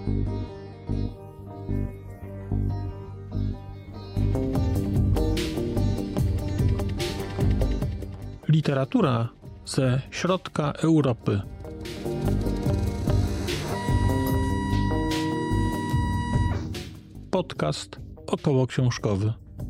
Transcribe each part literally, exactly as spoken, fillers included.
Literatura ze środka Europy. Podcast okołoksiążkowy.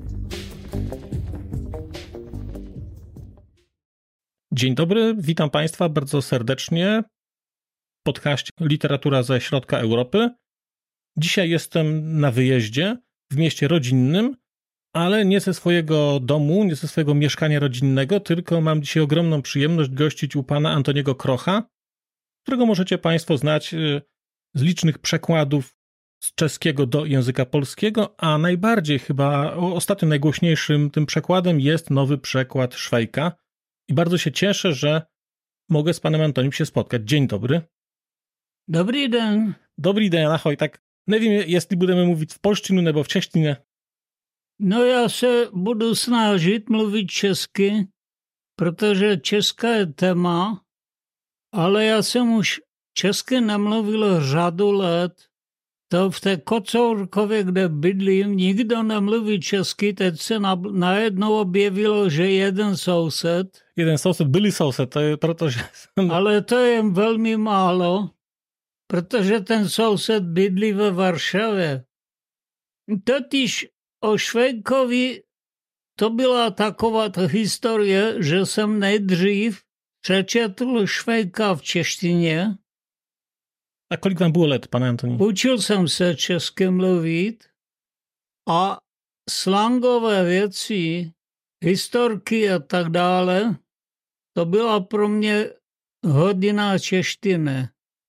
Dzień dobry, witam Państwa bardzo serdecznie w podcaście Literatura ze środka Europy. Dzisiaj jestem na wyjeździe w mieście rodzinnym, ale nie ze swojego domu, nie ze swojego mieszkania rodzinnego, tylko mam dzisiaj ogromną przyjemność gościć u pana Antoniego Krocha, którego możecie Państwo znać z licznych przekładów z czeskiego do języka polskiego, a najbardziej chyba ostatnio najgłośniejszym tym przekładem jest nowy przekład Szwejka. I bardzo się cieszę, że mogę z panem Antonim się spotkać. Dzień dobry. Dobrý den. Dobrý den, ahoj. Tak nevím, jestli budeme mluvit v polštině nebo v češtině. No já se budu snažit mluvit česky, protože česká je téma, ale já jsem už česky nemluvil řadu let. To v té Kocourkově, kde bydlím, nikdo nemluví česky, teď se na, najednou objevilo, že jeden soused. Jeden soused, byli soused, to je protože... Ale to je velmi málo, protože ten soused bydlí ve Varšavě. Totiž o Švejkovi to byla taková ta historie, že jsem nejdřív přečetl Švejka v češtině. A kolik vám bylo let, pane Antoni? Učil jsem se česky mluvit a slangové věci, historky a tak dále, to byla pro mě hodina češtiny.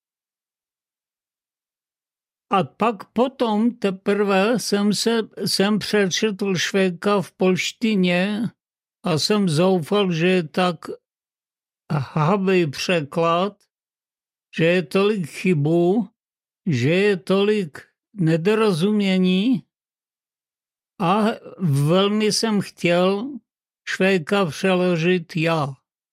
A pak potom teprve jsem, se, jsem přečetl Švejka v polštině a jsem zoufal, že je tak habý překlad, že je tolik chybů, že je tolik nedorozumění a velmi jsem chtěl Švejka přeložit já.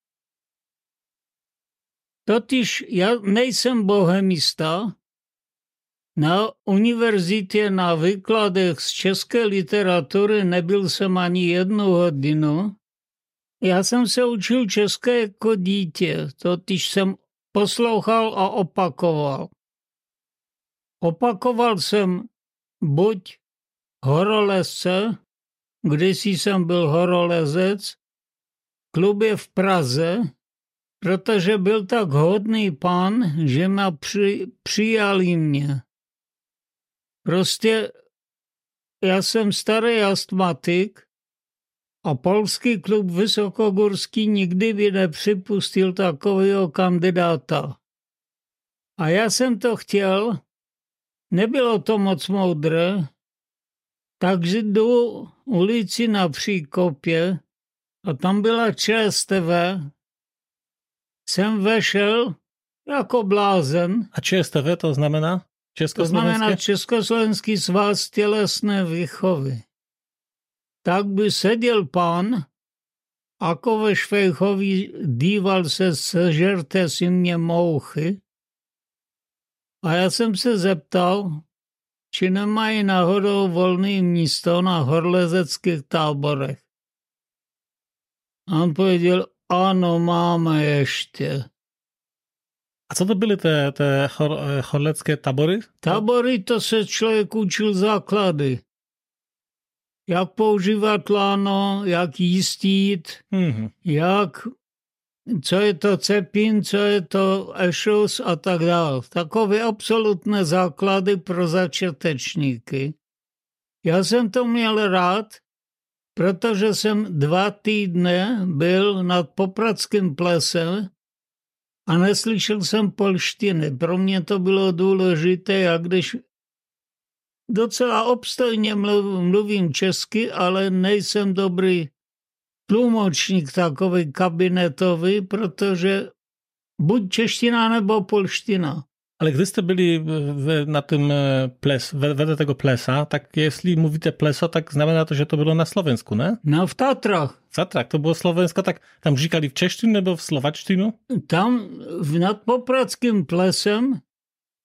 Totiž já nejsem bohemista. Na univerzitě na výkladech z české literatury nebyl jsem ani jednu hodinu. Já jsem se učil české jako dítě, totiž jsem poslouchal a opakoval. Opakoval jsem buď horolezce, kdysi jsem byl horolezec, v klubě v Praze, protože byl tak hodný pán, že mě při, přijali mě. Prostě já jsem starý astmatik a polský klub vysokogorský nikdy by nepřipustil takového kandidáta. A já jsem to chtěl, nebylo to moc moudré, takže jdu ulici na Příkopě a tam byla ČSTV. Jsem vešel jako blázen. A ČSTV to znamená? To znamená Československý svaz tělesné výchovy. Tak by seděl pán, ako ve Švejchovi díval se, sežerte si mě mouchy. A já jsem se zeptal, či nemají náhodou volné místo na horlezeckých táborech. A on powiedział, ano, máme ještě. A co to byly te, te chor, chorlecké tabory? Tabory to se člověk učil základy. Jak používat lano, jak jístit, mm-hmm. jak, co je to cepín, co je to ešus a tak dále. Takové absolutné základy pro začátečníky. Já jsem to měl rád, protože jsem dva týdny byl nad Popradským plesem a neslyšel jsem polštiny. Pro mě to bylo důležité, jak když docela obstojně mluvím česky, ale nejsem dobrý tlumočník takový kabinetový, protože buď čeština nebo polština. Ale gdy jste byli w, na tym ples, wedle tego plesa, tak jeśli mówicie pleso, tak znamená to, że to było na Słowensku, ne? No w Tatrach. W Tatrach, to było Słowensko, tak tam říkali w češtině nebo w slovačtinu? Tam nad Popradskim plesem,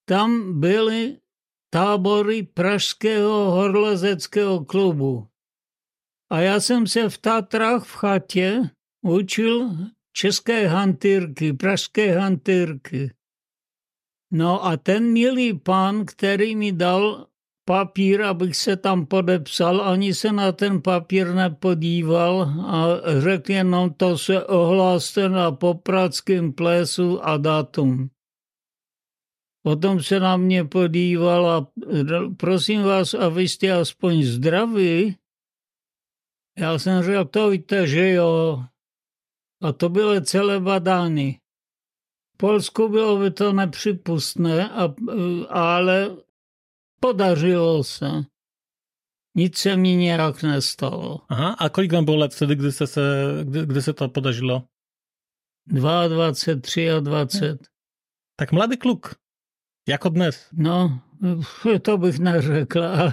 tam byly tábory Pražského horolezeckého klubu. A já jsem se v Tatrách v chatě učil české hantýrky, pražské hantýrky. No a ten milý pán, který mi dal papír, abych se tam podepsal, ani se na ten papír nepodíval a řekl jenom, to se ohláste na popradském plesu a datum. Potom se na mě podíval a prosím vás, a vy jste aspoň zdraví? Já jsem řekl, to víte, že jo. A to bylo celé badání. V Polsku bylo by to nepřípustné, a, ale podařilo se. Nic se mi nějak nestalo. Aha, a kolik vám bylo let vtedy, kdy se, se, kdy, kdy se to podařilo? dvacet dva, dvacet tři. Tak mladý kluk. Jako dnes. No, to bych neřekl, ale,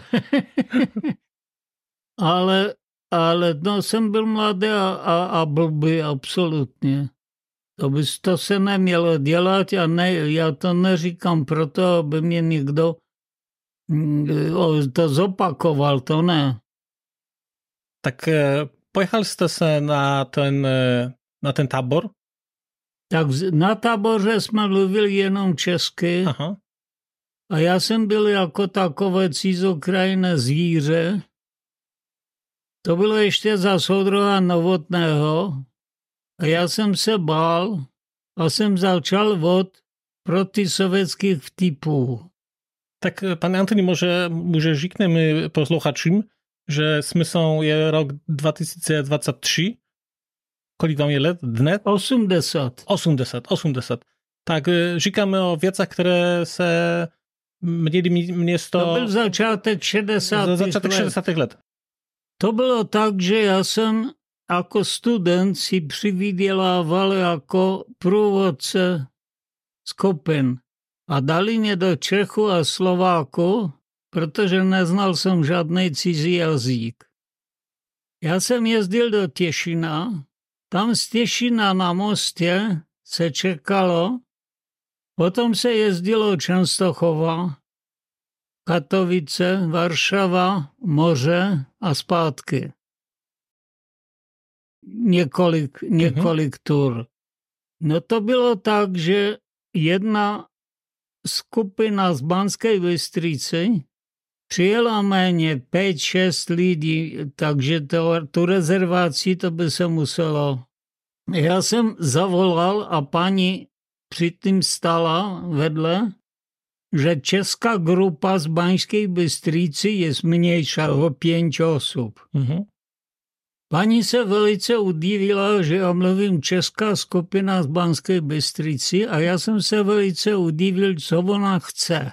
ale, ale no, jsem byl mladý a, a, a blbý, absolutně. To, by, to se nemělo dělat a ne, já to neříkám proto, aby mě někdo to zopakoval, to ne. Tak pojechal jste se na ten, na ten tábor? Tak na táboře jsme mluvili jenom česky. Aha. A já jsem byl jako takové cizokrajné zvíře. To bylo ještě za soudruha Novotného. A já jsem se bál a jsem začal od protisovětských vtipů. Tak pane Antoni, może, może říkneme posluchačům, že jsme jsou, je rok dva tisíce dvacet tři. Kolik vám je let dnes? osmdesát. osmdesát, osmdesát. Tak říkáme o věcach, které se měli město... To byl začátek šedesátých začátek let. šedesátých let. To bylo tak, že já jsem jako student si přivydělával jako průvodce skupin. A dali mě do Čechu a Slováku, protože neznal jsem žádný cizí jazyk. Já jsem jezdil do Těšina, tam z Těšina na mostě se čekalo, potom se jezdilo Częstochowa, Katovice, Varšava, moře a zpátky. Několik, několik mm-hmm. tur. No to bylo tak, že jedna skupina z Banské Bystrici přijela méně pět šest lidí, takže to, tu rezervaci to by se muselo. Já jsem zavolal a paní předtím stala vedle, že česká grupa z Banské Bystrici je zmenšila o pět osob. Mm-hmm. Paní se velice udivila, že já mluvím česká skupina z Banské Bystrici a já jsem se velice udivil, co ona chce.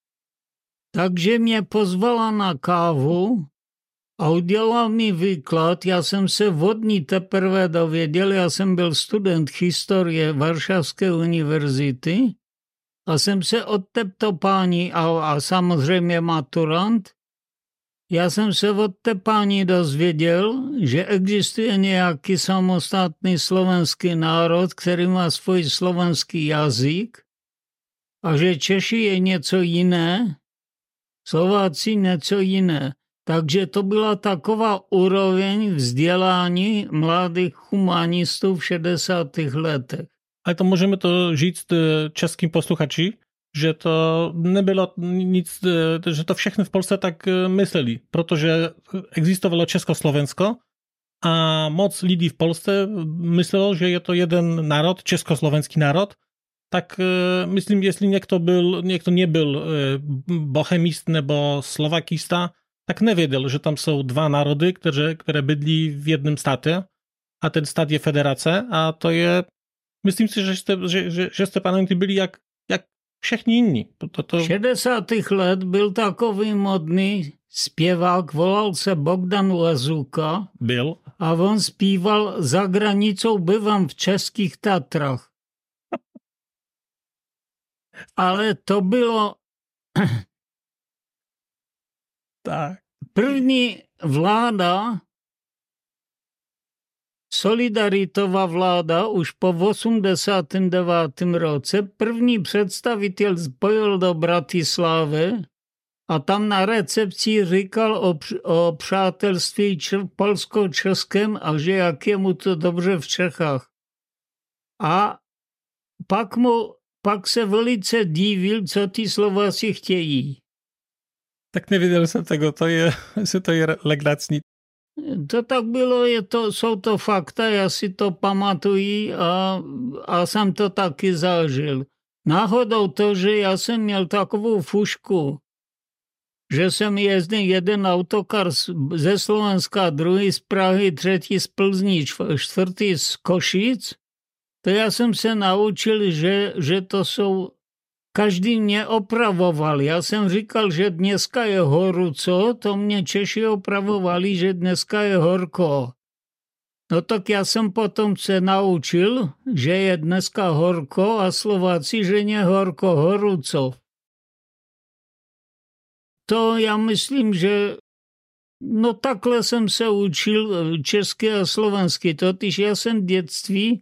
Takže mě pozvala na kávu a udělala mi výklad. Já jsem se od ní teprve dověděl, já jsem byl student historie Varšavské univerzity a jsem se od této paní a, a samozřejmě maturant, já jsem se od té paní dozvěděl, že existuje nějaký samostatný slovenský národ, který má svůj slovenský jazyk a že Češi je něco jiné, Slováci něco jiné. Takže to byla taková úroveň vzdělání mladých humanistů v šedesátých letech. Ale to můžeme to říct českým posluchači, že to nebylo nic, že to všechny v Polsce tak mysleli, protože existovalo Československo a moc lidí v Polsce myslelo, že je to jeden národ, československý národ. Tak myslím, jestli někdo byl, někdo nebyl bohemist nebo slovakista, tak nevěděl, že tam jsou dva národy, které, které bydlí v jednom státě a ten stát je federace a to je, myslím si, že jste, že, že, že jste panovi byli jak, jak všichni jiní. To, to... V šedesátých let byl takový modný zpěvák, volal se Bogdan Lazuka. Byl. A on zpíval Za granicou bywam v Českých Tatrách. Ale to bylo tak. První vláda Solidaritová vláda už po osmdesátém devátém roce první představitel spojil do Bratislavy a tam na recepci říkal o, o přátelství polsko-českém a že jak je mu to dobře v Čechách. A pak, mu, pak se velice divil, co ty Slováci chtějí. Tak nevěděl jsem tego, to je, že to je legrační. To tak bylo, je to, jsou to fakta, já si to pamatuji a, a jsem to taky zažil. Náhodou to, že já jsem měl takovou fušku, že jsem jezdil jeden autokar ze Slovenska, druhý z Prahy, třetí z Plzní, čtvrtý z Košic, to já jsem se naučil, že, že to jsou, každý mě opravoval. Já jsem říkal, že dneska je horuco, to mě Češi opravovali, že dneska je horko. No tak já jsem potom se naučil, že je dneska horko a Slováci, že nie horko, horuco. To já myslím, že no takhle jsem se učil česky a slovensky. Totiž já jsem v dětství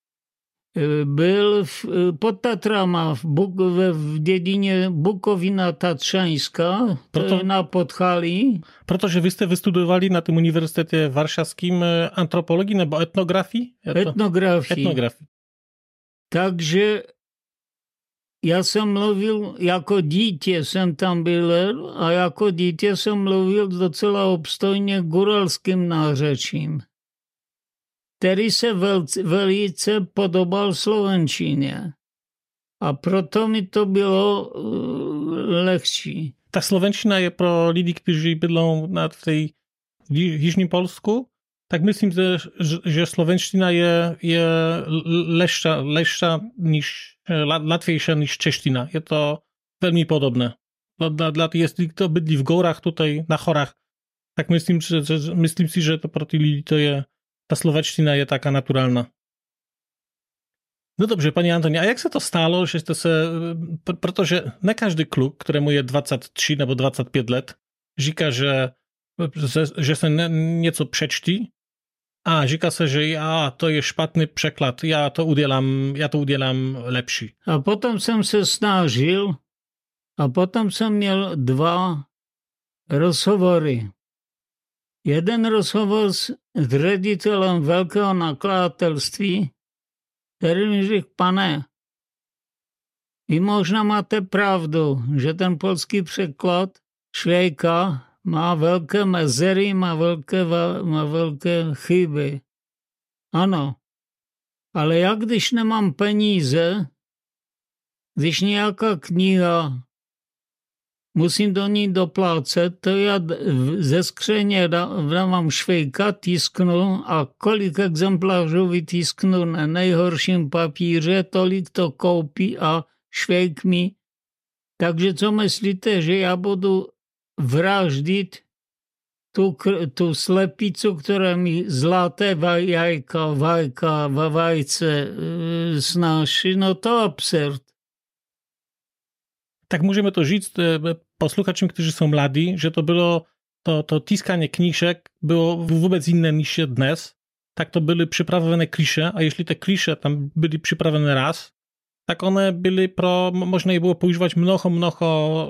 byl v, pod Tatrama v, Buk, v dědině Bukovina Tatrzańska, Proto, to je na Podhali. Protože vy jste vystudovali na tom univerzitě varšavským antropologii nebo etnografii? Etnografii. Etnografii. Takže já jsem mluvil, jako dítě jsem tam byl a jako dítě jsem mluvil docela obstojně guralským nářečím, který se vel, velice podobal slovenčině. A proto mi to bylo uh, lehčí. Ta slovenčina je pro lidi, kteří bydlou v tej v Jižním Polsku, tak myslím, že, že slovenština je, je lehča, lehča niž, łatwiejsza niż čeština. Je to veľmi podobné. Dla, dla jestli kto bydlí v górach tutaj na horách, tak myslím, že, že, myslím si, že to pro tí ľudí to je, ta slovenština je taká naturálna. No dobře, paní Antoni, a jak se to stalo, že jste se, protože ne každý kluk, kterému je dvacet tři nebo dvacet pět let, říká, že, že, že se ne, něco přečtí a říká se, že já, to je špatný překlad, já to udělám, já to udělám lepší. A potom jsem se snažil a potom jsem měl dva rozhovory. Jeden rozhovor s ředitelem velkého nakladatelství, který mi řekl, pane, vy možná máte pravdu, že ten polský překlad Švejka má velké mezery, má velké, má velké chyby. Ano, ale jak když nemám peníze, když nějaká kniha, musím do ní doplácet, to já ze skřeně dávám Švejka, tisknu a kolik exemplářů vytisknu na nejhorším papíře, tolik to koupí a Švejk mi. Takže co myslíte, že já budu vraždit tu, tu slepicu, která mi zlaté jajka, vajka, vajce snáší? No to absurd. Tak můžeme to říct posluchačům, kteří jsou mladí, že to bylo, to, to tiskanie knížek bylo vůbec jiné niż je dnes. Tak to byly připravené kliše a jeśli te kliše tam byly připravené raz, tak one byly pro, można je było používat mnoho, mnoho,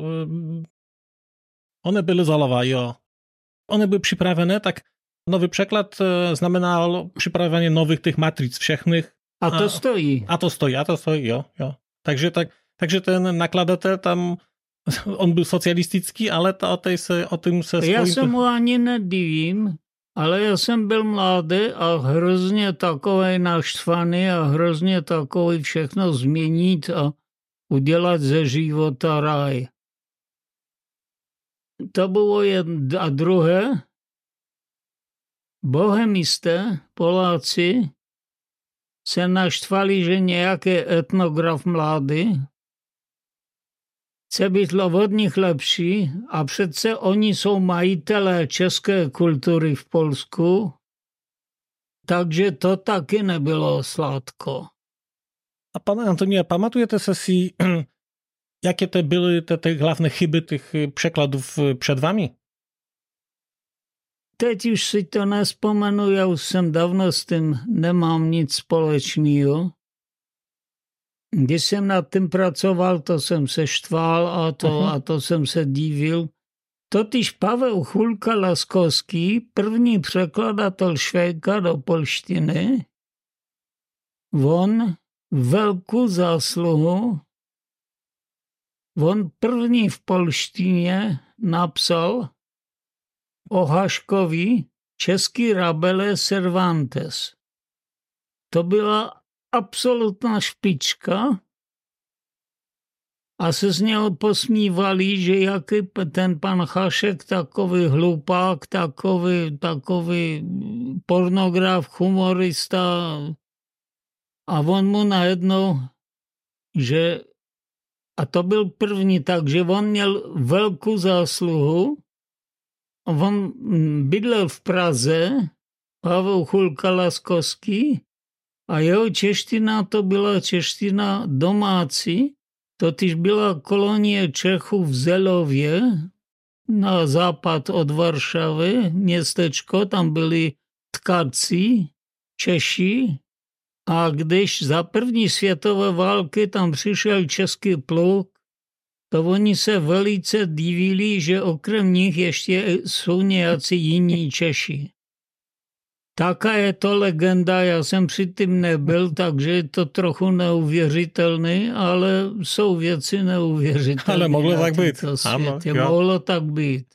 one byly zalowa, jo. One były připravené, tak nowy przekład znamenal připravenie nowych tych matric všechnych. A to a, stojí. A to stojí, a to stojí, jo, jo. Takže tak Takže ten nakladatel tam, on byl socialistický, ale to, o, tej se, o tom se... Já se mu ani nedivím, ale já jsem byl mladý a hrozně takovej naštvaný a hrozně takový všechno změnit a udělat ze života ráj. To bylo jedno. A druhé, bohemisté, Poláci, se naštvali, že nějaký etnograf mladý chce být od nich lepší a přece oni jsou majitelé české kultury v Polsku, takže to taky nebylo sladko. A pane Antonie, pamatujete se si, jakie te były te, te hlavné chyby tych przekładów przed wami? teď už si to nespomenu, já už jsem dávno s tím nemám nic společného. Když jsem nad tím pracoval, to jsem se štval a to, uh-huh. a to jsem se divil. Totiž Pavel Chulka-Laskovský, první překladatel Švéka do polštiny, on velkou zásluhu, on první v polštině napsal o Haškovi český Rabele Cervantes. To byla absolutná špička a se z něho posmívali, že jaký ten pan Hašek takový hlupák, takový, takový pornograf, humorista a on mu najednou, že a to byl první, takže on měl velkou zásluhu. On bydlel v Praze, Pavel Chulka-Laskovský, a jeho čeština to byla čeština domácí, totiž byla kolonie Čechů v Zelově, na západ od Varšavy, městečko, tam byli tkáci, Češi, a když za první světové války tam přišel český pluk, to oni se velice divili, že okrem nich ještě jsou nějací jiní Češi. Taká je to legenda, já jsem předtím nebyl, takže je to trochu neuvěřitelné, ale jsou věci neuvěřitelné. Ale mohlo tak být. Ano, mohlo tak být.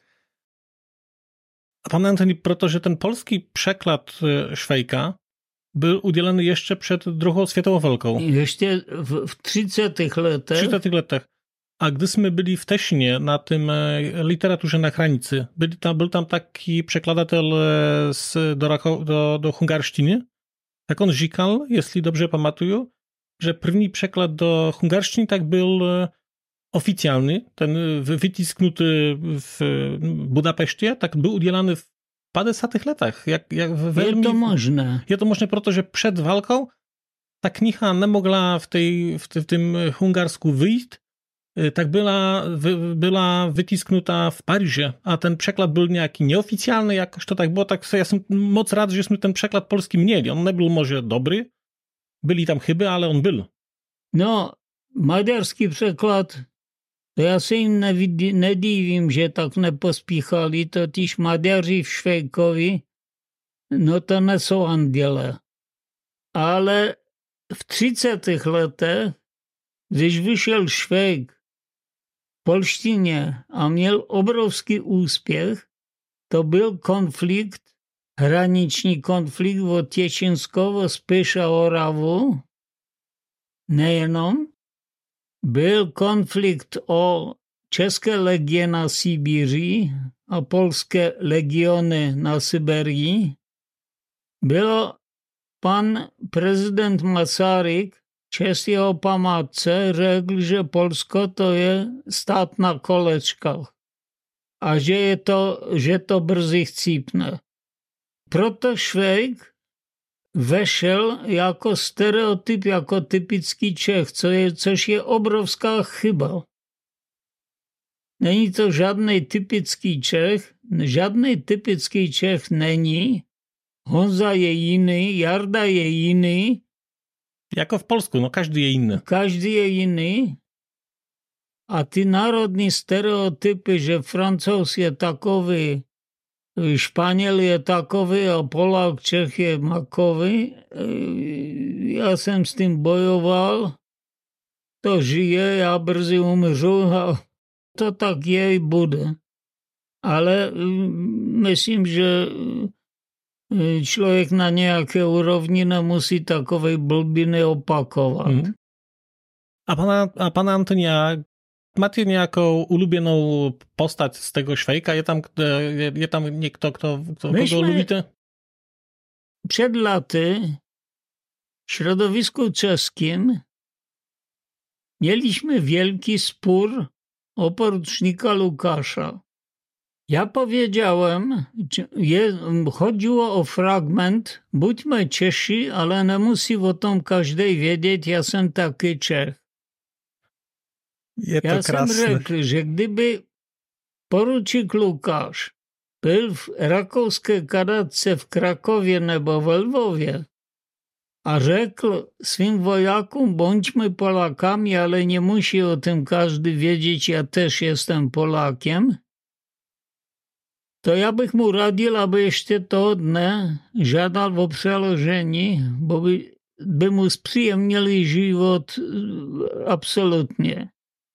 Pan Antoni, protože ten polski překlad Švejka byl udělený ještě před druhou světovou válkou. Ještě w, w třicátých letech. třicátých letech. A gdy jsme byli w Tešinie na tym literaturze na granicy, był tam, był tam taki przekladatel z, do, do, do hungarszczyny. Tak on říkal, jeśli dobrze pamiętam, że první przekład do hungarszczyny tak był oficjalny, ten wycisknuty w Budapeszcie, tak był udzielany w padesátych latach. Jak, jak je to možné. Je to možné, protože před válkou ta kniha nemogla w, tej, w, w tym hungarsku wyjść, tak była, wy, była wycisknuta w Paryżie, a ten przekład był niejaki nieoficjalny, jakoś to tak było, tak ja jestem moc rad, żeśmy ten przekład polski mieli. On nie był może dobry, byli tam chyby, ale on był. No, maďarský překlad, to já se jim nevidí, nedívím, že tak nepospíchali, totiž Maďaři v Švejkovi, no to nesou anděle. Ale v třicátých letech, když vyšel Švejk v polštině a měl obrovský úspěch, to byl konflikt, hraniční konflikt o Těšinskovo, Spiš a Oravu. Nejenom. Byl konflikt o české legie na Sibíři a polské legiony na Siberii. Bylo pan prezident Masaryk, čest jeho památce, řekl, že Polsko to je stát na kolečkách a že, je to, že to brzy chcípne. Proto Švejk vešel jako stereotyp, jako typický Čech, co je, což je obrovská chyba. Není to žádný typický Čech, žádný typický Čech není. Honza je jiný, Jarda je jiný. Jako v Polsku, no každý je jiný. Každý je jiný. A ty národní stereotypy, že Francouz je takový, Španěl je takový a Polák, Čech je makový. Já jsem s tím bojoval. To žije, já brzy umřu a to tak je i bude. Ale myslím, že člověk na nějaké úrovni nemusí takové blbiny opakovat. Mm. A pana, a pana Antonia, macie nějakou ulubioną postać z tego Švejka? Je tam, je, je tam někdo, kto, kto, kogo lubicie? Przed laty w środowisku czeskim mieliśmy wielki spór o porucznika Łukasza. Ja powiedziałem, je, chodziło o fragment, buďme Češi, ale nemusí o tom každej vědět, já jsem taky Čech. Je to já krásné. jsem řekl, že kdyby poručík Lukáš Był w rakowskiej karetce w Krakowie nebo w Lwowie, a rzekł swym wojakom, bądźmy Polakami, ale nie musi o tym każdy wiedzieć, ja też jestem Polakiem. To ja bych mu radil, aby ještě to dne žádal o přeložení, bo by, by mu zpříjemnili život absolutnie.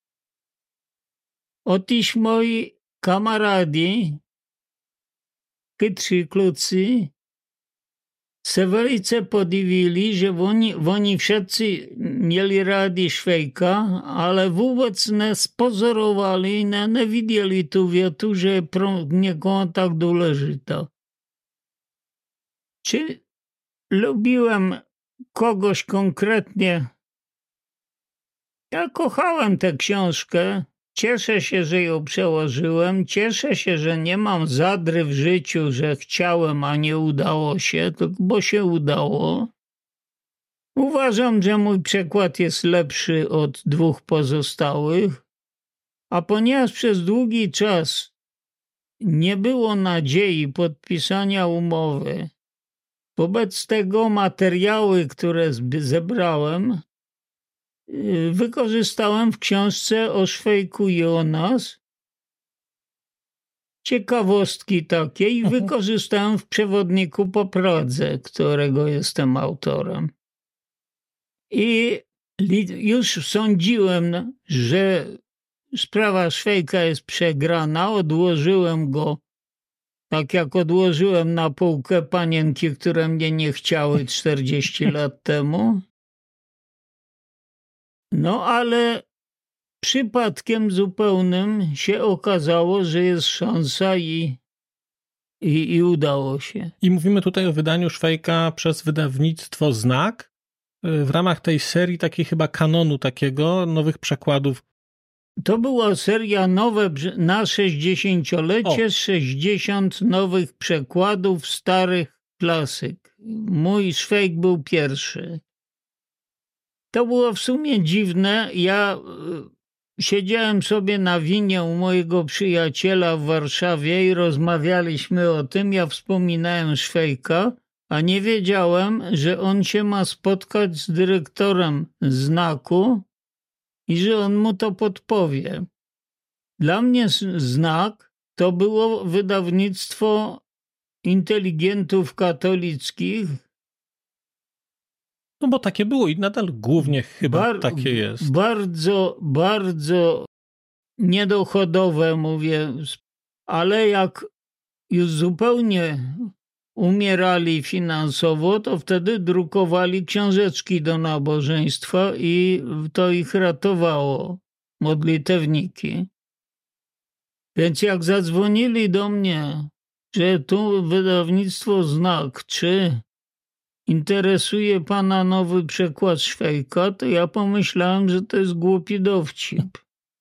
Otyž moi kamarádi, chytří kluci, se velice podivili, že oni, oni všetci měli rádi Švejka, ale vůbec nespozorovali, ne, neviděli tu větu, že je pro někoho tak důležitá. Czy lubiłem kogoś konkretnie? Ja kochałem tę książkę. Cieszę się, że ją przełożyłem. Cieszę się, że nie mam zadry w życiu, że chciałem, a nie udało się, bo się udało. Uważam, że mój przekład jest lepszy od dwóch pozostałych, a ponieważ przez długi czas nie było nadziei podpisania umowy, wobec tego materiały, które zebrałem, wykorzystałem w książce o Szwejku i o nas. Ciekawostki takie i wykorzystałem w przewodniku po Pradze, którego jestem autorem. I już sądziłem, że sprawa Szwejka jest przegrana. Odłożyłem go, tak jak odłożyłem na półkę panienki, które mnie nie chciały czterdzieści lat temu. No ale przypadkiem zupełnym się okazało, że jest szansa i, i, i udało się. I mówimy tutaj o wydaniu Szwejka przez wydawnictwo Znak w ramach tej serii takiej chyba kanonu takiego, nowych przekładów. To była seria nowe na sześćdziesięciolecie, o. sześćdziesiąt nowych przekładów starych klasyk. Mój Szwejk był pierwszy. To było w sumie dziwne. Ja siedziałem sobie na winie u mojego przyjaciela w Warszawie i rozmawialiśmy o tym. Ja wspominałem Szwejka, a nie wiedziałem, że on się ma spotkać z dyrektorem Znaku i że on mu to podpowie. Dla mnie Znak to było wydawnictwo inteligentów katolickich. No bo takie było i nadal głównie chyba Bar- takie jest. Bardzo, bardzo niedochodowe, mówię, ale jak już zupełnie umierali finansowo, to wtedy drukowali książeczki do nabożeństwa i to ich ratowało, modlitewniki. Więc jak zadzwonili do mnie, że tu wydawnictwo Znak, czy interesuje pana nowy przekład Szwejka, to ja pomyślałem, że to jest głupi dowcip.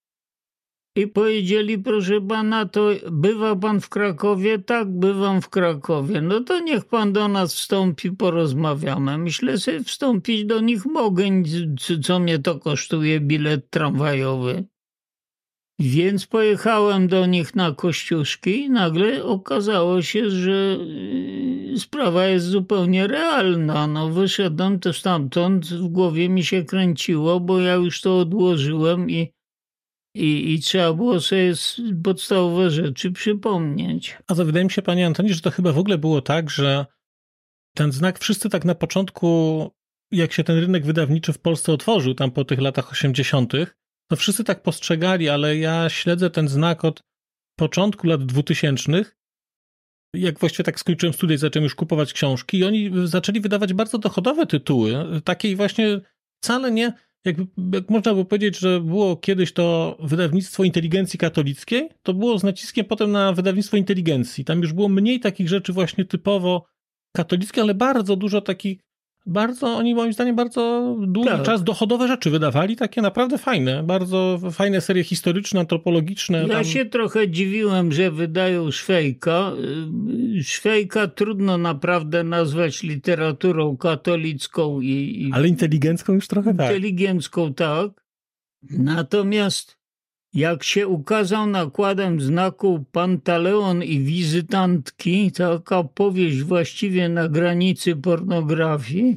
I powiedzieli, proszę pana, to bywa pan w Krakowie? Tak, bywam w Krakowie. No to niech pan do nas wstąpi, porozmawiamy. Myślę sobie, wstąpić do nich mogę, co mnie to kosztuje bilet tramwajowy. Więc pojechałem do nich na Kościuszki i nagle okazało się, że sprawa jest zupełnie realna. No wyszedłem też stamtąd, w głowie mi się kręciło, bo ja już to odłożyłem i I, I trzeba było sobie podstawowe rzeczy przypomnieć. A to wydaje mi się, panie Antoni, że to chyba w ogóle było tak, że ten Znak wszyscy tak na początku, jak się ten rynek wydawniczy w Polsce otworzył, tam po tych latach osiemdziesiątych, to wszyscy tak postrzegali, ale ja śledzę ten Znak od początku lat dwutysięcznych. Jak właściwie tak skończyłem studia, zacząłem już kupować książki i oni zaczęli wydawać bardzo dochodowe tytuły. Takiej właśnie wcale nie... Jak, jak można by powiedzieć, że było kiedyś to wydawnictwo inteligencji katolickiej, to było z naciskiem potem na wydawnictwo inteligencji. Tam już było mniej takich rzeczy właśnie typowo katolickich, ale bardzo dużo takich, bardzo, oni moim zdaniem bardzo długi tak. czas dochodowe rzeczy wydawali, takie naprawdę fajne, bardzo fajne serie historyczne, antropologiczne. Ja tam... się trochę dziwiłem, że wydają Szwejka. Szwejka trudno naprawdę nazwać literaturą katolicką. i, i Ale inteligencką już trochę tak. Inteligencką tak. Natomiast jak się ukazał nakładem znaku Pantaleon i wizytantki, taka powieść właściwie na granicy pornografii,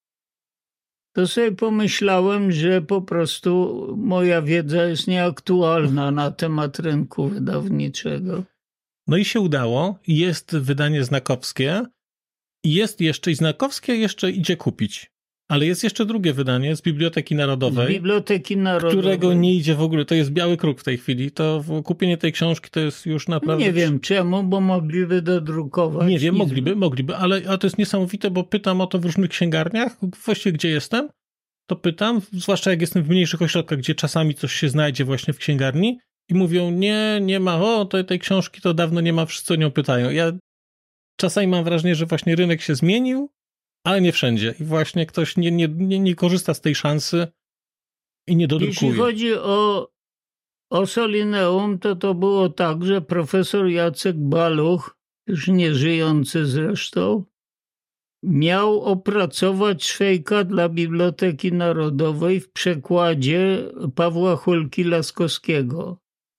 to sobie pomyślałem, że po prostu moja wiedza jest nieaktualna na temat rynku wydawniczego. No i się udało. Jest wydanie znakowskie. Jest jeszcze i znakowskie jeszcze idzie kupić. Ale jest jeszcze drugie wydanie z Biblioteki Narodowej. Z Biblioteki Narodowej. Którego nie idzie w ogóle. To jest biały kruk w tej chwili. To kupienie tej książki to jest już naprawdę... Nie wiem czemu, bo mogliby dodrukować. Nie wiem, mogliby, mogliby, ale, ale to jest niesamowite, bo pytam o to w różnych księgarniach. Właściwie gdzie jestem, to pytam, zwłaszcza jak jestem w mniejszych ośrodkach, gdzie czasami coś się znajdzie właśnie w księgarni i mówią, nie, nie ma, o, to, tej książki to dawno nie ma, wszyscy o nią pytają. Ja czasami mam wrażenie, że właśnie rynek się zmienił, ale nie wszędzie. I właśnie ktoś nie, nie, nie, nie korzysta z tej szansy i nie dodrukuje. Jeśli chodzi o, o Solineum, to to było tak, że profesor Jacek Baluch, już nie żyjący zresztą, miał opracować Szwejka dla Biblioteki Narodowej w przekładzie Pawła Hulki-Laskowskiego.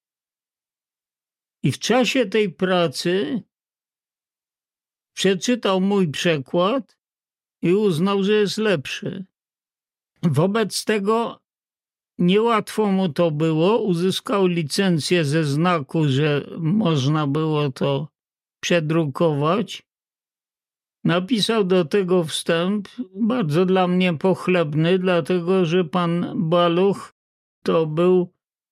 I w czasie tej pracy przeczytał mój przekład i uznał, że jest lepszy. Wobec tego niełatwo mu to było. Uzyskał licencję ze znaku, że można było to przedrukować. Napisał do tego wstęp, bardzo dla mnie pochlebny, dlatego że pan Baluch to był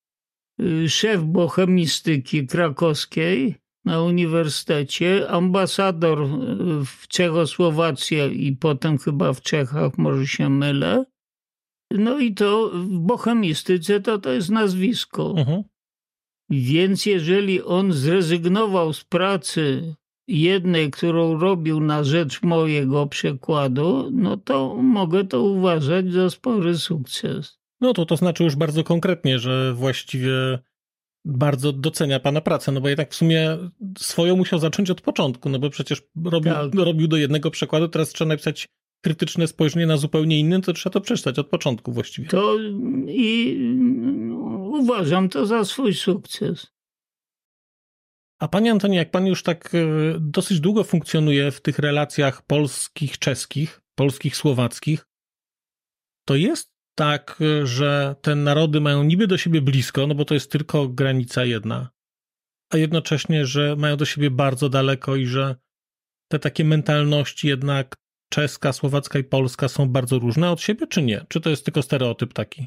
szef bohemistyki krakowskiej na uniwersytecie, ambasador w Czechosłowacji i potem chyba w Czechach, może się mylę. No i to w bohemistyce to to jest nazwisko. Mhm. Więc jeżeli on zrezygnował z pracy jednej, którą robił na rzecz mojego przekładu, no to mogę to uważać za spory sukces. No to to znaczy już bardzo konkretnie, że właściwie bardzo docenia pana pracę, no bo jednak w sumie swoją musiał zacząć od początku, no bo przecież robił, tak. robił do jednego przekładu, teraz trzeba napisać krytyczne spojrzenie na zupełnie inny, to trzeba to przeczytać od początku właściwie. To i uważam to za swój sukces. A panie Antoni, jak pan już tak dosyć długo funkcjonuje w tych relacjach polskich, czeskich, polskich, słowackich, to jest tak, że te narody mają niby do siebie blisko, no bo to jest tylko granica jedna, a jednocześnie, że mają do siebie bardzo daleko i że te takie mentalności jednak czeska, słowacka i polska są bardzo różne od siebie, czy nie? Czy to jest tylko stereotyp taki?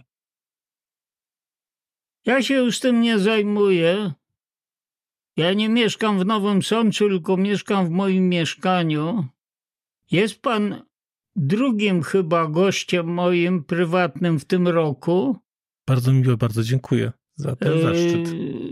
Ja się już tym nie zajmuję. Ja nie mieszkam w Nowym Sączu, tylko mieszkam w moim mieszkaniu. Jest pan drugim chyba gościem moim prywatnym w tym roku. Bardzo miło, bardzo dziękuję za ten zaszczyt.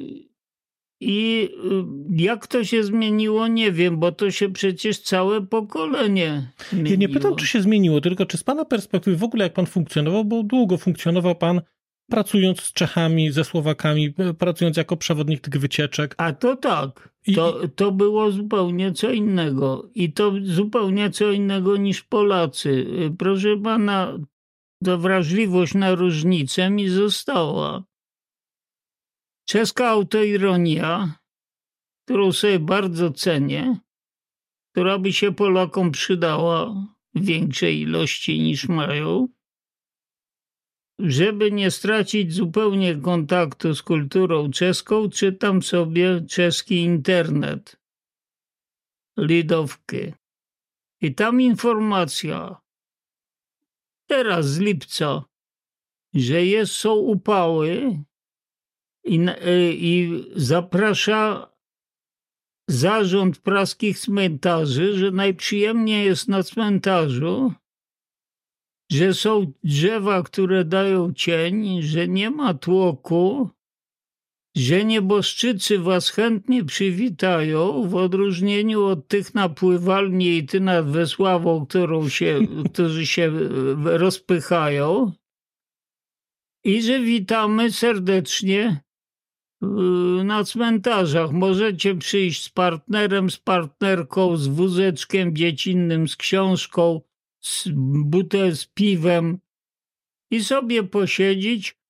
I jak to się zmieniło, nie wiem, bo to się przecież całe pokolenie zmieniło. Ja nie pytam, czy się zmieniło, tylko czy z pana perspektywy w ogóle jak pan funkcjonował, bo długo funkcjonował pan pracując z Czechami, ze Słowakami, pracując jako przewodnik tych wycieczek. A to tak, to, to było zupełnie co innego i to zupełnie co innego niż Polacy. Proszę pana, ta wrażliwość na różnicę mi została. Czeska autoironia, którą sobie bardzo cenię, która by się Polakom przydała w większej ilości niż mają, żeby nie stracić zupełnie kontaktu z kulturą czeską, czytam sobie czeski internet, Lidówki. I tam informacja, teraz z lipca, że jest, są upały i, i zaprasza zarząd praskich cmentarzy, że najprzyjemniej jest na cmentarzu, że są drzewa, które dają cień, że nie ma tłoku, że nieboszczycy was chętnie przywitają, w odróżnieniu od tych na pływalni i ty nad Wesławą, którą się, którzy się rozpychają, i że witamy serdecznie na cmentarzach. Możecie przyjść z partnerem, z partnerką, z wózeczkiem dziecinnym, z książką, z butelką, z piwem i sobie posiedzieć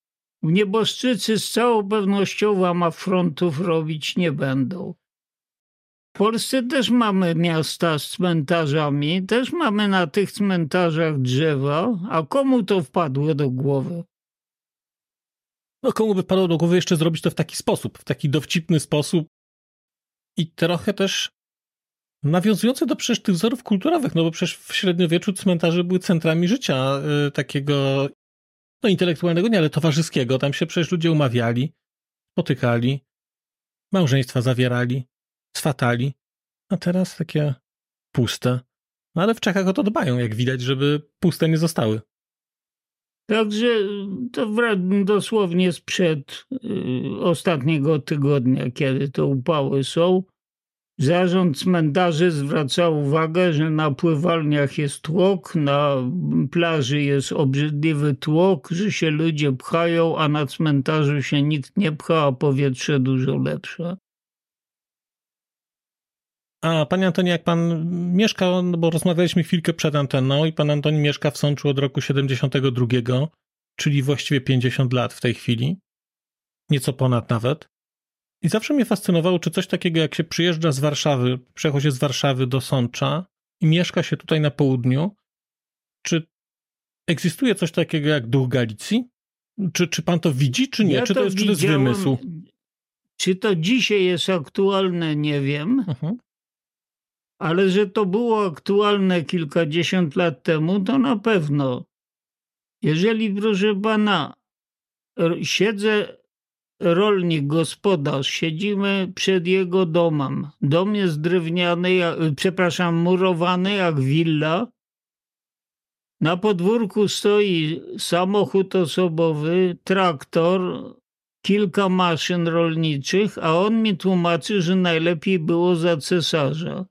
Nieboszczycy z całą pewnością wam afrontów robić nie będą. W Polsce też mamy miasta z cmentarzami, też mamy na tych cmentarzach drzewa, a komu to wpadło do głowy? No komu by padło do głowy jeszcze zrobić to w taki sposób, w taki dowcipny sposób i trochę też nawiązujący do przecież tych wzorów kulturowych, no bo przecież w średniowieczu cmentarze były centrami życia y, takiego, no intelektualnego nie, ale towarzyskiego. Tam się przecież ludzie umawiali, spotykali, małżeństwa zawierali, swatali, a teraz takie puste. No ale w Czechach o to dbają, jak widać, żeby puste nie zostały. Także to dosłownie sprzed y, ostatniego tygodnia, kiedy to upały są, zarząd cmentarzy zwraca uwagę, że na pływalniach jest tłok, na plaży jest obrzydliwy tłok, że się ludzie pchają, a na cmentarzu się nikt nie pcha, a powietrze dużo lepsze. A panie Antoni, jak pan mieszka, no bo rozmawialiśmy chwilkę przed anteną i pan Antoni mieszka w Sączu od roku siedemdziesiątego drugiego, czyli właściwie pięćdziesiąt lat w tej chwili, nieco ponad nawet. I zawsze mnie fascynowało, czy coś takiego jak się przyjeżdża z Warszawy, przechodzi z Warszawy do Sącza i mieszka się tutaj na południu, czy egzystuje coś takiego jak duch Galicji? Czy, czy pan to widzi, czy nie? Ja czy, to jest, czy to jest wymysł? Czy to dzisiaj jest aktualne, nie wiem. Uh-huh. Ale że to było aktualne kilkadziesiąt lat temu, to na pewno. Jeżeli, proszę pana, siedzę, rolnik, gospodarz, siedzimy przed jego domem. Dom jest drewniany, jak, przepraszam, murowany jak willa. Na podwórku stoi samochód osobowy, traktor, kilka maszyn rolniczych, a on mi tłumaczy, że najlepiej było za cesarza.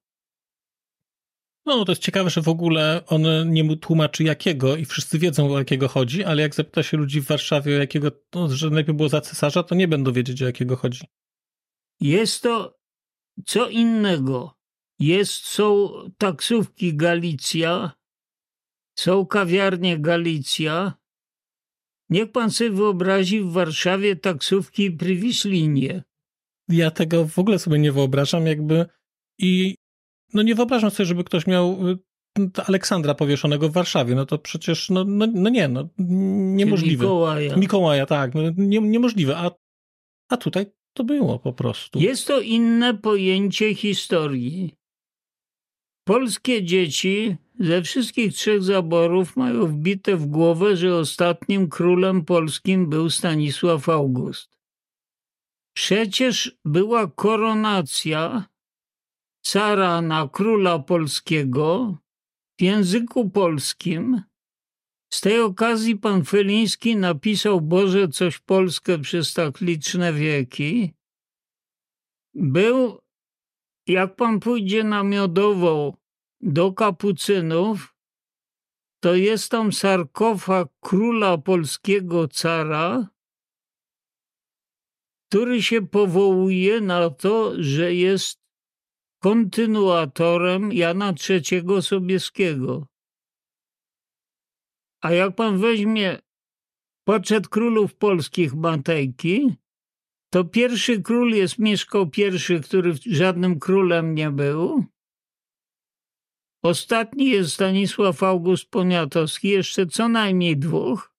No, to jest ciekawe, że w ogóle on nie mu tłumaczy jakiego i wszyscy wiedzą, o jakiego chodzi, ale jak zapyta się ludzi w Warszawie, o jakiego, no, że najpierw było za cesarza, to nie będą wiedzieć, o jakiego chodzi. Jest to co innego. Jest, są taksówki Galicja, są kawiarnie Galicja. Niech pan sobie wyobrazi w Warszawie taksówki Privislinie. Ja tego w ogóle sobie nie wyobrażam, jakby i no nie wyobrażam sobie, żeby ktoś miał Aleksandra powieszonego w Warszawie. No to przecież, no, no, no nie, no niemożliwe. Mikołaja. Mikołaja, tak, no nie, niemożliwe. A, a tutaj to było po prostu. Jest to inne pojęcie historii. Polskie dzieci ze wszystkich trzech zaborów mają wbite w głowę, że ostatnim królem polskim był Stanisław August. Przecież była koronacja cara na króla polskiego w języku polskim. Z tej okazji pan Feliński napisał Boże coś Polskę przez tak liczne wieki. Był, jak pan pójdzie na Miodową do kapucynów, to jest tam sarkofag króla polskiego cara, który się powołuje na to, że jest kontynuatorem Jana trzeciego Sobieskiego. A jak pan weźmie Poczet Królów Polskich Matejki, to pierwszy król jest Mieszko I, który żadnym królem nie był. Ostatni jest Stanisław August Poniatowski, jeszcze co najmniej dwóch.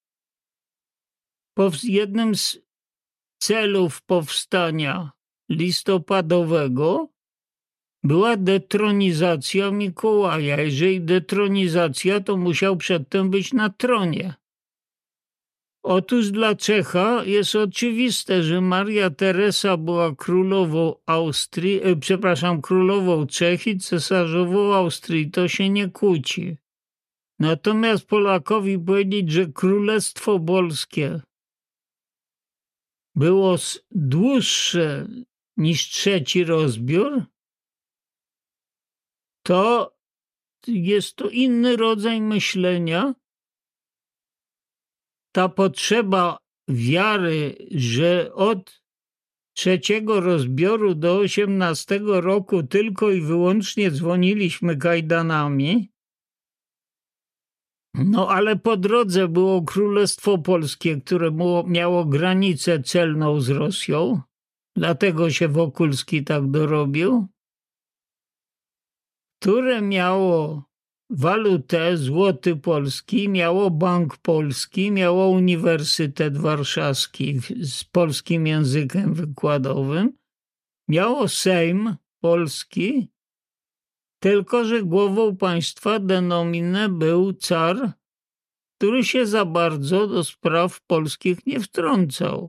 Jednym z celów powstania listopadowego była detronizacja Mikołaja. Jeżeli detronizacja, to musiał przedtem być na tronie. Otóż dla Czecha jest oczywiste, że Maria Teresa była królową Austrii, e, przepraszam, królową Czech i cesarzową Austrii. To się nie kłóci. Natomiast Polakowi powiedzieć, że Królestwo Polskie było dłuższe niż trzeci rozbiór, to jest to inny rodzaj myślenia. Ta potrzeba wiary, że od trzeciego rozbioru do osiemnastego roku tylko i wyłącznie dzwoniliśmy kajdanami, No ale po drodze było Królestwo Polskie, które miało granicę celną z Rosją, dlatego się Wokulski tak dorobił, które miało walutę, złoty polski, miało Bank Polski, miało Uniwersytet Warszawski z polskim językiem wykładowym, miało Sejm Polski, tylko że głową państwa de nomine był car, który się za bardzo do spraw polskich nie wtrącał.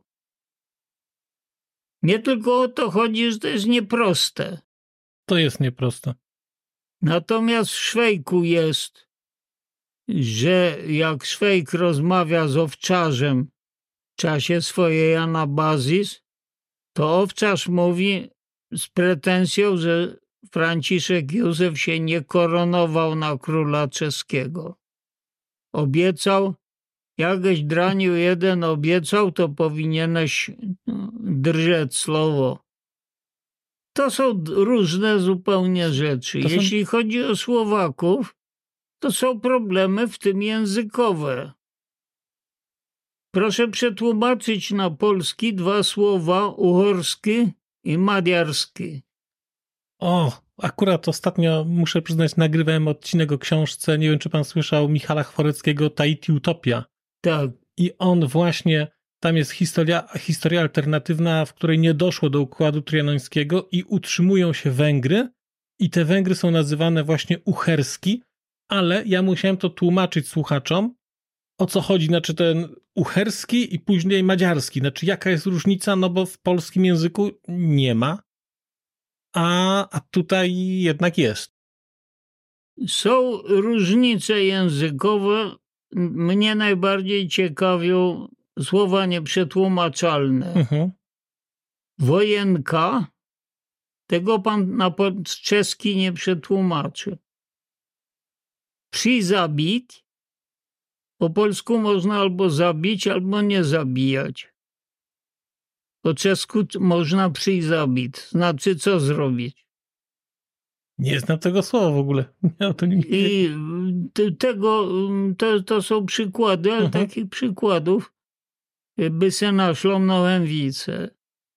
Nie tylko o to chodzi, że to jest nieproste. To jest nieproste. Natomiast w Szwejku jest, że jak Szwejk rozmawia z owczarzem w czasie swojej anabazis, to owczarz mówi z pretensją, że Franciszek Józef się nie koronował na króla czeskiego. Obiecał, jakbyś draniu jeden obiecał, to powinieneś drżeć słowo. To są różne zupełnie rzeczy. Są... Jeśli chodzi o Słowaków, to są problemy w tym językowe. Proszę przetłumaczyć na polski dwa słowa uhorski i maďarski. O, akurat ostatnio, muszę przyznać, nagrywałem odcinek o książce, nie wiem, czy pan słyszał, Michala Chworeckiego, Tahiti Utopia. Tak. I on właśnie, tam jest historia, historia alternatywna, w której nie doszło do układu trianońskiego i utrzymują się Węgry i te Węgry są nazywane właśnie uherski, ale ja musiałem to tłumaczyć słuchaczom, o co chodzi, znaczy ten uherski i później maďarski, znaczy jaka jest różnica, no bo w polskim języku nie ma, a, a tutaj jednak jest. Są różnice językowe, mnie najbardziej ciekawią słowa nieprzetłumaczalne. Mhm. Wojenka, tego pan na czeski nie przetłumaczy. Przyzabit, po polsku można albo zabić, albo nie zabijać. Po czesku można przyzabit, znaczy co zrobić. Nie znam tego słowa w ogóle. Ja to nie... I tego, to, to są przykłady, ale mhm. takich przykładów by se naszło mnohem více.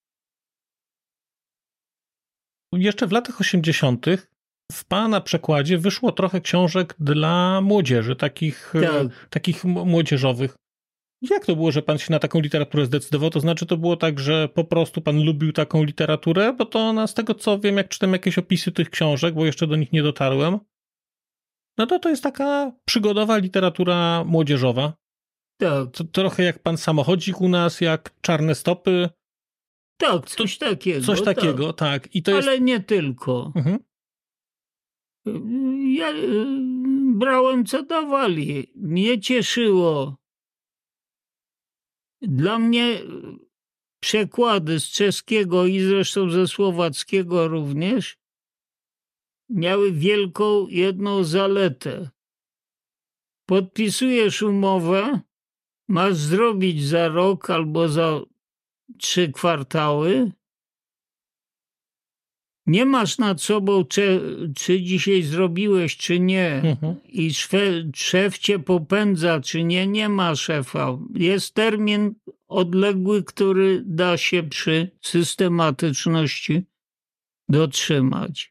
Jeszcze w latach osiemdziesiątych w pana przekładzie wyszło trochę książek dla młodzieży, takich, tak. takich młodzieżowych. Jak to było, że pan się na taką literaturę zdecydował? To znaczy to było tak, że po prostu pan lubił taką literaturę? Bo to ona, z tego co wiem, jak czytam jakieś opisy tych książek, bo jeszcze do nich nie dotarłem, no to to jest taka przygodowa literatura młodzieżowa. Tak. To trochę jak pan samochodzik u nas, jak Czarne stopy. Tak, coś takiego. Coś takiego, tak. tak. I to Ale jest... nie tylko. Mhm. Ja brałem co dawali. Mnie cieszyło. Dla mnie przekłady z czeskiego i zresztą ze słowackiego również miały wielką jedną zaletę. Podpisujesz umowę, masz zrobić za rok albo za trzy kwartały. Nie masz nad sobą, czy, czy dzisiaj zrobiłeś, czy nie. Mhm. I szef, szef cię popędza, czy nie. Nie ma szefa. Jest termin odległy, który da się przy systematyczności dotrzymać.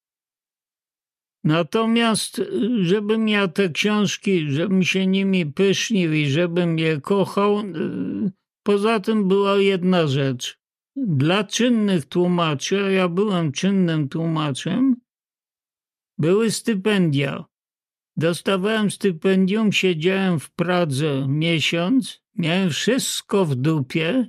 Natomiast, żebym ja te książki, żebym się nimi pysznił i żebym je kochał, poza tym była jedna rzecz. Dla czynnych tłumaczy, a ja byłem czynnym tłumaczem, były stypendia. Dostawałem stypendium, siedziałem w Pradze miesiąc, miałem wszystko w dupie,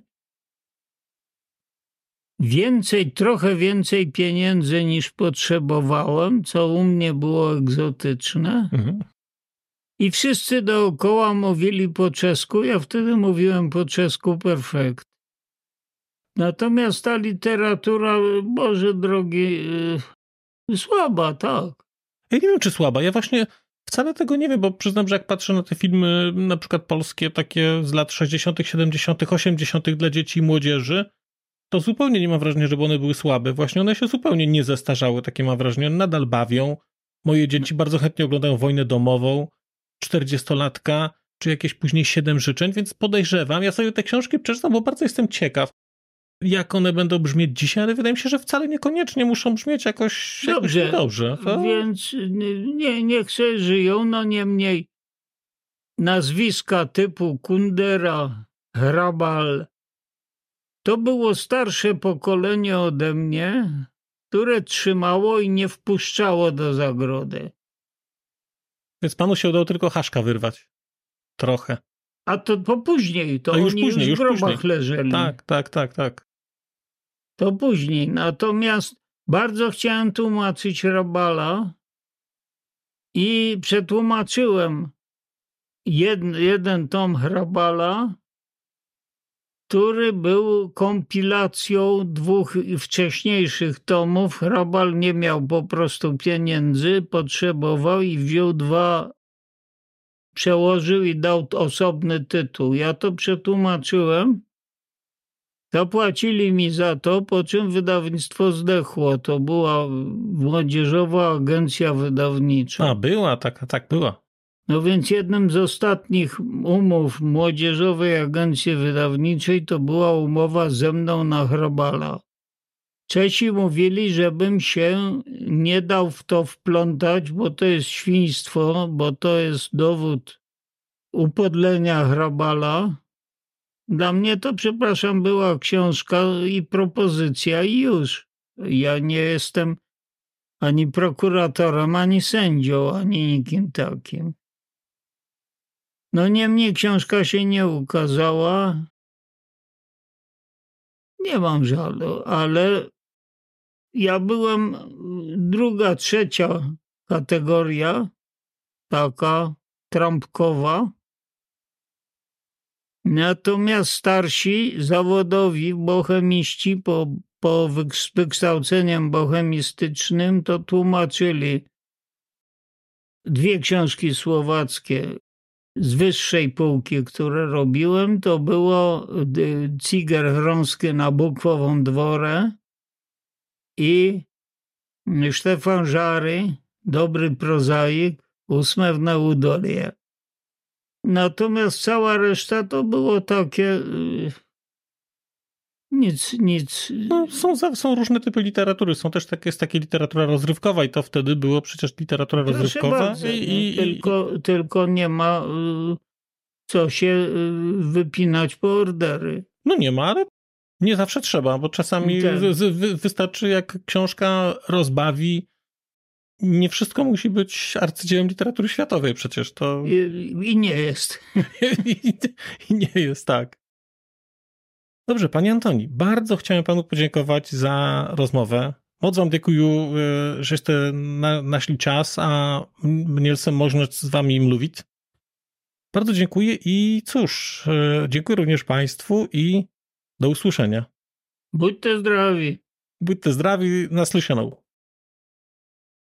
więcej, trochę więcej pieniędzy niż potrzebowałem, co u mnie było egzotyczne. Mhm. I wszyscy dookoła mówili po czesku, ja wtedy mówiłem po czesku perfekt. Natomiast ta literatura, Boże drogi, yy, słaba, tak. Ja nie wiem, czy słaba. Ja właśnie wcale tego nie wiem, bo przyznam, że jak patrzę na te filmy, na przykład polskie, takie z lat sześćdziesiątych, siedemdziesiątych, osiemdziesiątych dla dzieci i młodzieży, to zupełnie nie mam wrażenia, żeby one były słabe. Właśnie one się zupełnie nie zestarzały, takie mam wrażenie. Nadal bawią. Moje dzieci bardzo chętnie oglądają Wojnę domową. czterdziestolatka, czy jakieś później Siedem życzeń, więc podejrzewam, ja sobie te książki przeczytam, bo bardzo jestem ciekaw, jak one będą brzmieć dzisiaj, ale wydaje mi się, że wcale niekoniecznie muszą brzmieć jakoś dobrze. Jakoś dobrze. To... Więc nie, niech sobie żyją, no niemniej nazwiska typu Kundera, Hrabal, to było starsze pokolenie ode mnie, które trzymało i nie wpuszczało do zagrody. Więc panu się udało tylko Haszka wyrwać. Trochę. A to po później, to A już oni później, już w już grobach później. leżeli. Tak, tak, tak, tak. To później. Natomiast bardzo chciałem tłumaczyć Hrabala i przetłumaczyłem jeden, jeden tom Hrabala, który był kompilacją dwóch wcześniejszych tomów. Hrabal nie miał po prostu pieniędzy, potrzebował i wziął dwa, przełożył i dał osobny tytuł. Ja to przetłumaczyłem. Zapłacili mi za to, po czym wydawnictwo zdechło. To była Młodzieżowa Agencja Wydawnicza. A, była, tak, tak była. No więc jednym z ostatnich umów Młodzieżowej Agencji Wydawniczej to była umowa ze mną na Hrabala. Czesi mówili, żebym się nie dał w to wplątać, bo to jest świństwo, bo to jest dowód upodlenia Hrabala. Dla mnie to, przepraszam, była książka i propozycja i już. Ja nie jestem ani prokuratorem, ani sędzią, ani nikim takim. No niemniej książka się nie ukazała. Nie mam żalu, ale ja byłem druga, trzecia kategoria, taka trampkowa. Natomiast starsi, zawodowi bohemiści po, po wykształceniem bohemistycznym to tłumaczyli dwie książki słowackie z wyższej półki, które robiłem. To było Ciger Hromski na Bukwową Dworę i Stefan Żary, dobry prozaik, Ósme w Neudolię. Natomiast cała reszta to było takie nic, nic. No, są, są różne typy literatury. Są też takie, jest taka literatura rozrywkowa i to wtedy było przecież literatura Proszę rozrywkowa. Bardzo, i, i, tylko, i... tylko nie ma co się wypinać po ordery. No nie ma, ale nie zawsze trzeba, bo czasami z, z, wy, wystarczy, jak książka rozbawi. Nie wszystko musi być arcydziełem literatury światowej przecież. To... I, i nie jest. I, I nie jest, tak. Dobrze, panie Antoni, bardzo chciałem panu podziękować za rozmowę. Moc wam dziękuję, żeście na, naszli czas, a měl jsem možnost z wami mluvić. Bardzo dziękuję i cóż, dziękuję również państwu i do usłyszenia. Bądźcie zdrowi. Bądźcie zdrowi, na słyszaną.